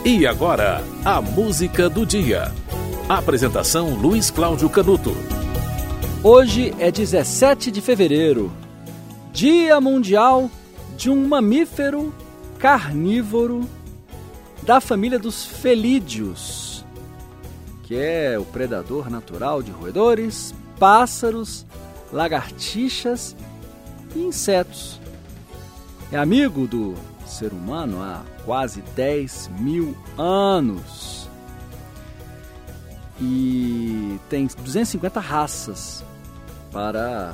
E agora, a música do dia. Apresentação Luiz Cláudio Canuto. Hoje é 17 de fevereiro, Dia Mundial de um mamífero carnívoro da família dos felídeos, que é o predador natural de roedores, pássaros, lagartixas e insetos. É amigo do ser humano há quase 10 mil anos e tem 250 raças para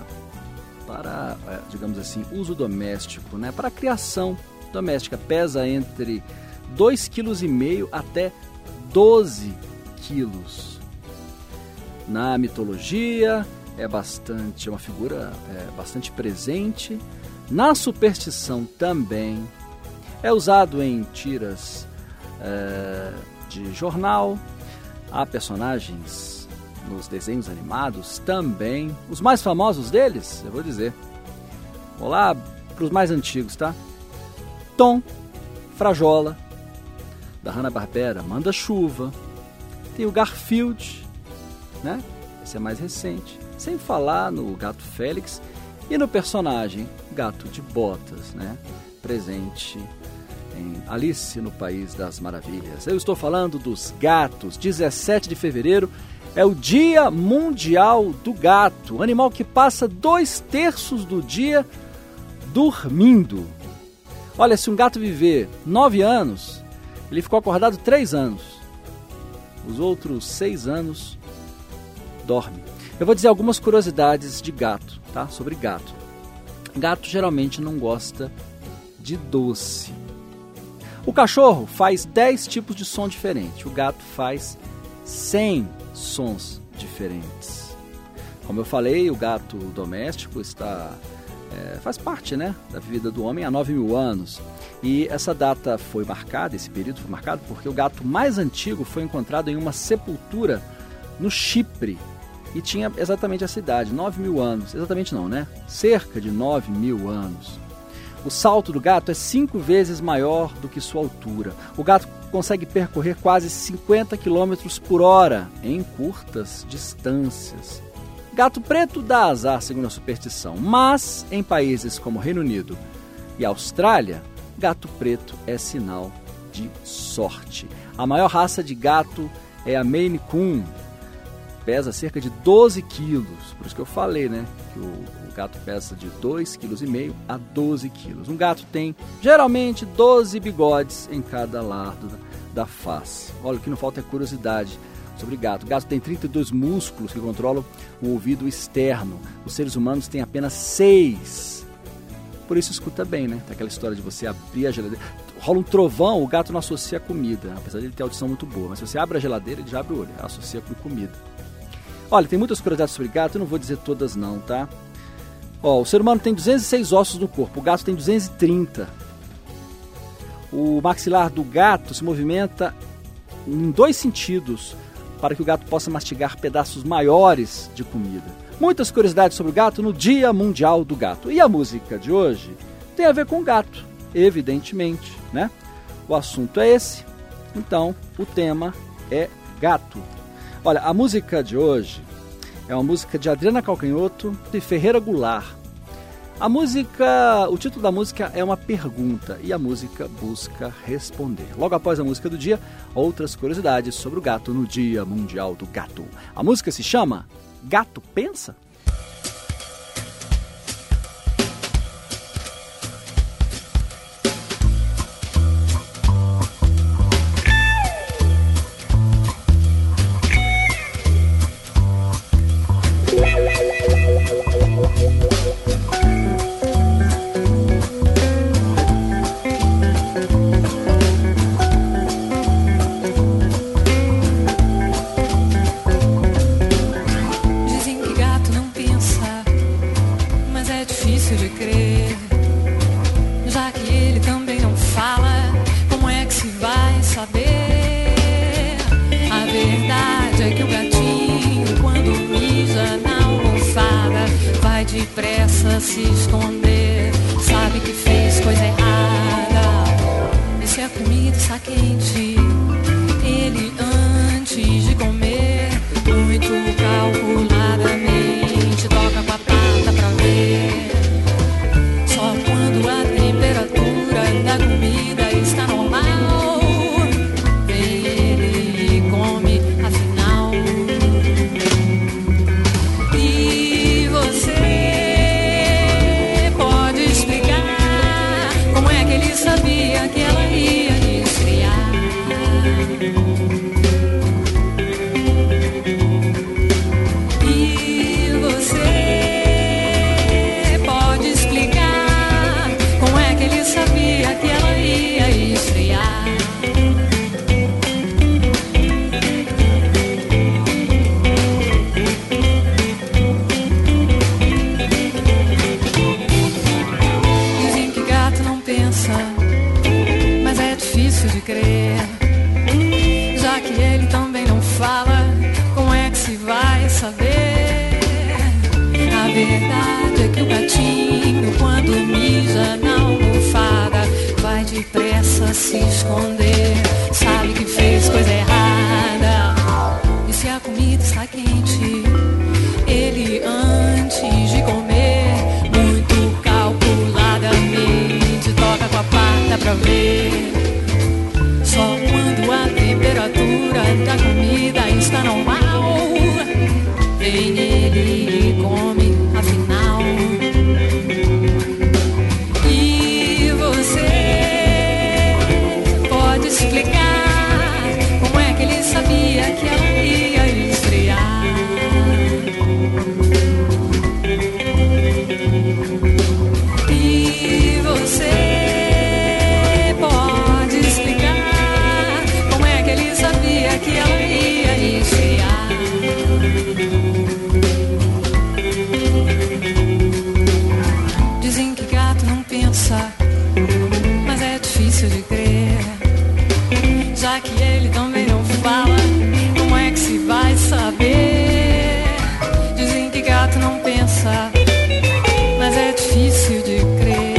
digamos assim, uso doméstico, né? Para criação doméstica. Pesa entre 2,5 kg até 12 quilos. Na mitologia é uma figura bastante presente. Na superstição também. É usado em tiras de jornal. Há personagens nos desenhos animados também. Os mais famosos deles, eu vou dizer. Vou lá para os mais antigos, tá? Tom, Frajola, da Hanna-Barbera, Manda-Chuva. Tem o Garfield, né? Esse é mais recente. Sem falar no Gato Félix e no personagem Gato de Botas, né? Presente em Alice no País das Maravilhas. Eu estou falando dos gatos. 17 de fevereiro é o Dia Mundial do Gato, um animal que passa 2/3 do dia dormindo. Olha, se um gato viver 9 anos, ele ficou acordado 3 anos. Os outros 6 anos dorme. Eu vou dizer algumas curiosidades de gato, tá? Sobre gato. Gato geralmente não gosta de doce. O cachorro faz 10 tipos de som diferente. O gato faz 100 sons diferentes. Como eu falei, o gato doméstico faz parte, né, da vida do homem há 9 mil anos. E essa data foi marcada, esse período foi marcado porque o gato mais antigo foi encontrado em uma sepultura no Chipre. E tinha exatamente essa idade, 9 mil anos. Exatamente não, né? Cerca de 9 mil anos. O salto do gato é 5 vezes maior do que sua altura. O gato consegue percorrer quase 50 km por hora em curtas distâncias. Gato preto dá azar, segundo a superstição, mas em países como Reino Unido e Austrália, gato preto é sinal de sorte. A maior raça de gato é a Maine Coon. Pesa cerca de 12 quilos, por isso que eu falei, né, que o gato pesa de 2,5 kg a 12 quilos. Um gato tem, geralmente, 12 bigodes em cada lado da face. Olha, o que não falta é curiosidade sobre gato. O gato tem 32 músculos que controlam o ouvido externo. Os seres humanos têm apenas 6. Por isso escuta bem, né? Tem aquela história de você abrir a geladeira. Rola um trovão, o gato não associa a comida, apesar de ele ter audição muito boa. Mas se você abre a geladeira, ele já abre o olho, associa com comida. Olha, tem muitas curiosidades sobre gato, eu não vou dizer todas não, tá? O ser humano tem 206 ossos no corpo, o gato tem 230. O maxilar do gato se movimenta em 2 sentidos para que o gato possa mastigar pedaços maiores de comida. Muitas curiosidades sobre o gato no Dia Mundial do Gato. E a música de hoje tem a ver com gato, evidentemente, né? O assunto é esse, então o tema é gato. Olha, a música de hoje é uma música de Adriana Calcanhoto e Ferreira Goulart. O título da música é uma pergunta e a música busca responder. Logo após a música do dia, outras curiosidades sobre o gato no Dia Mundial do Gato. A música se chama Gato Pensa? Depressa se esconder, sabe que fez coisa errada. E se a comida está quente, difícil de crer. Já que ele também não fala, como é que se vai saber? A verdade é que o gatinho, quando mija na almofada, vai depressa se esconder. Sabe que fez coisa errada. E se a comida está quente, ele antes de comer, muito calculadamente toca com a pata pra ver. Só quando a temperatura da comida está normal, vem ele e come, afinal. E você pode explicar como é que ele sabia que ela ia esfriar? E você pode explicar como é que ele sabia que ela ia esfriar? Dizem que gato não pensa, mas é difícil de crer. Já que ele também não fala, como é que se vai saber? Dizem que gato não pensa, mas é difícil de crer.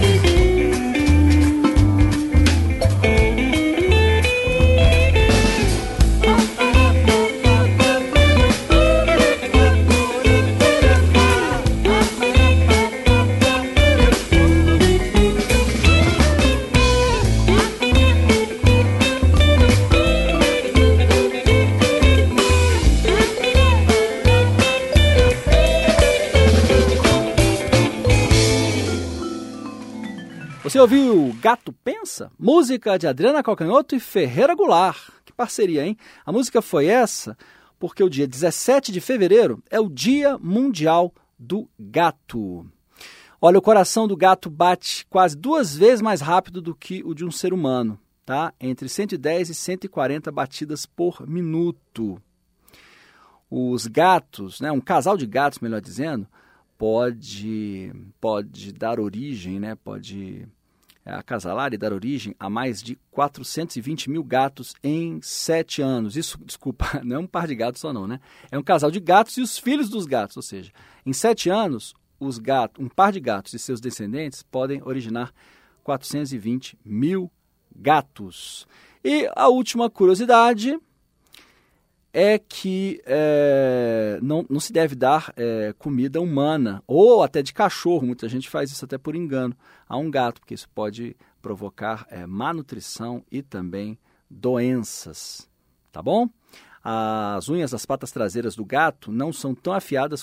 Você ouviu Gato Pensa? Música de Adriana Calcanhoto e Ferreira Goulart. Que parceria, hein? A música foi essa porque o dia 17 de fevereiro é o Dia Mundial do Gato. Olha, o coração do gato bate quase 2 vezes mais rápido do que o de um ser humano, tá? Entre 110 e 140 batidas por minuto. Os gatos, né, um casal de gatos, melhor dizendo, pode dar origem, né, pode acasalar e dar origem a mais de 420 mil gatos em 7 anos. Isso, desculpa, não é um par de gatos só não, né? É um casal de gatos e os filhos dos gatos, ou seja, em 7 anos, um par de gatos e seus descendentes podem originar 420 mil gatos. E a última curiosidade é que não se deve dar comida humana, ou até de cachorro, muita gente faz isso até por engano, a um gato, porque isso pode provocar má nutrição e também doenças, tá bom? As unhas das patas traseiras do gato não são tão afiadas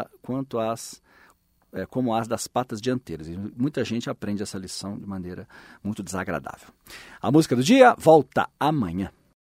como as das patas dianteiras. E muita gente aprende essa lição de maneira muito desagradável. A música do dia volta amanhã.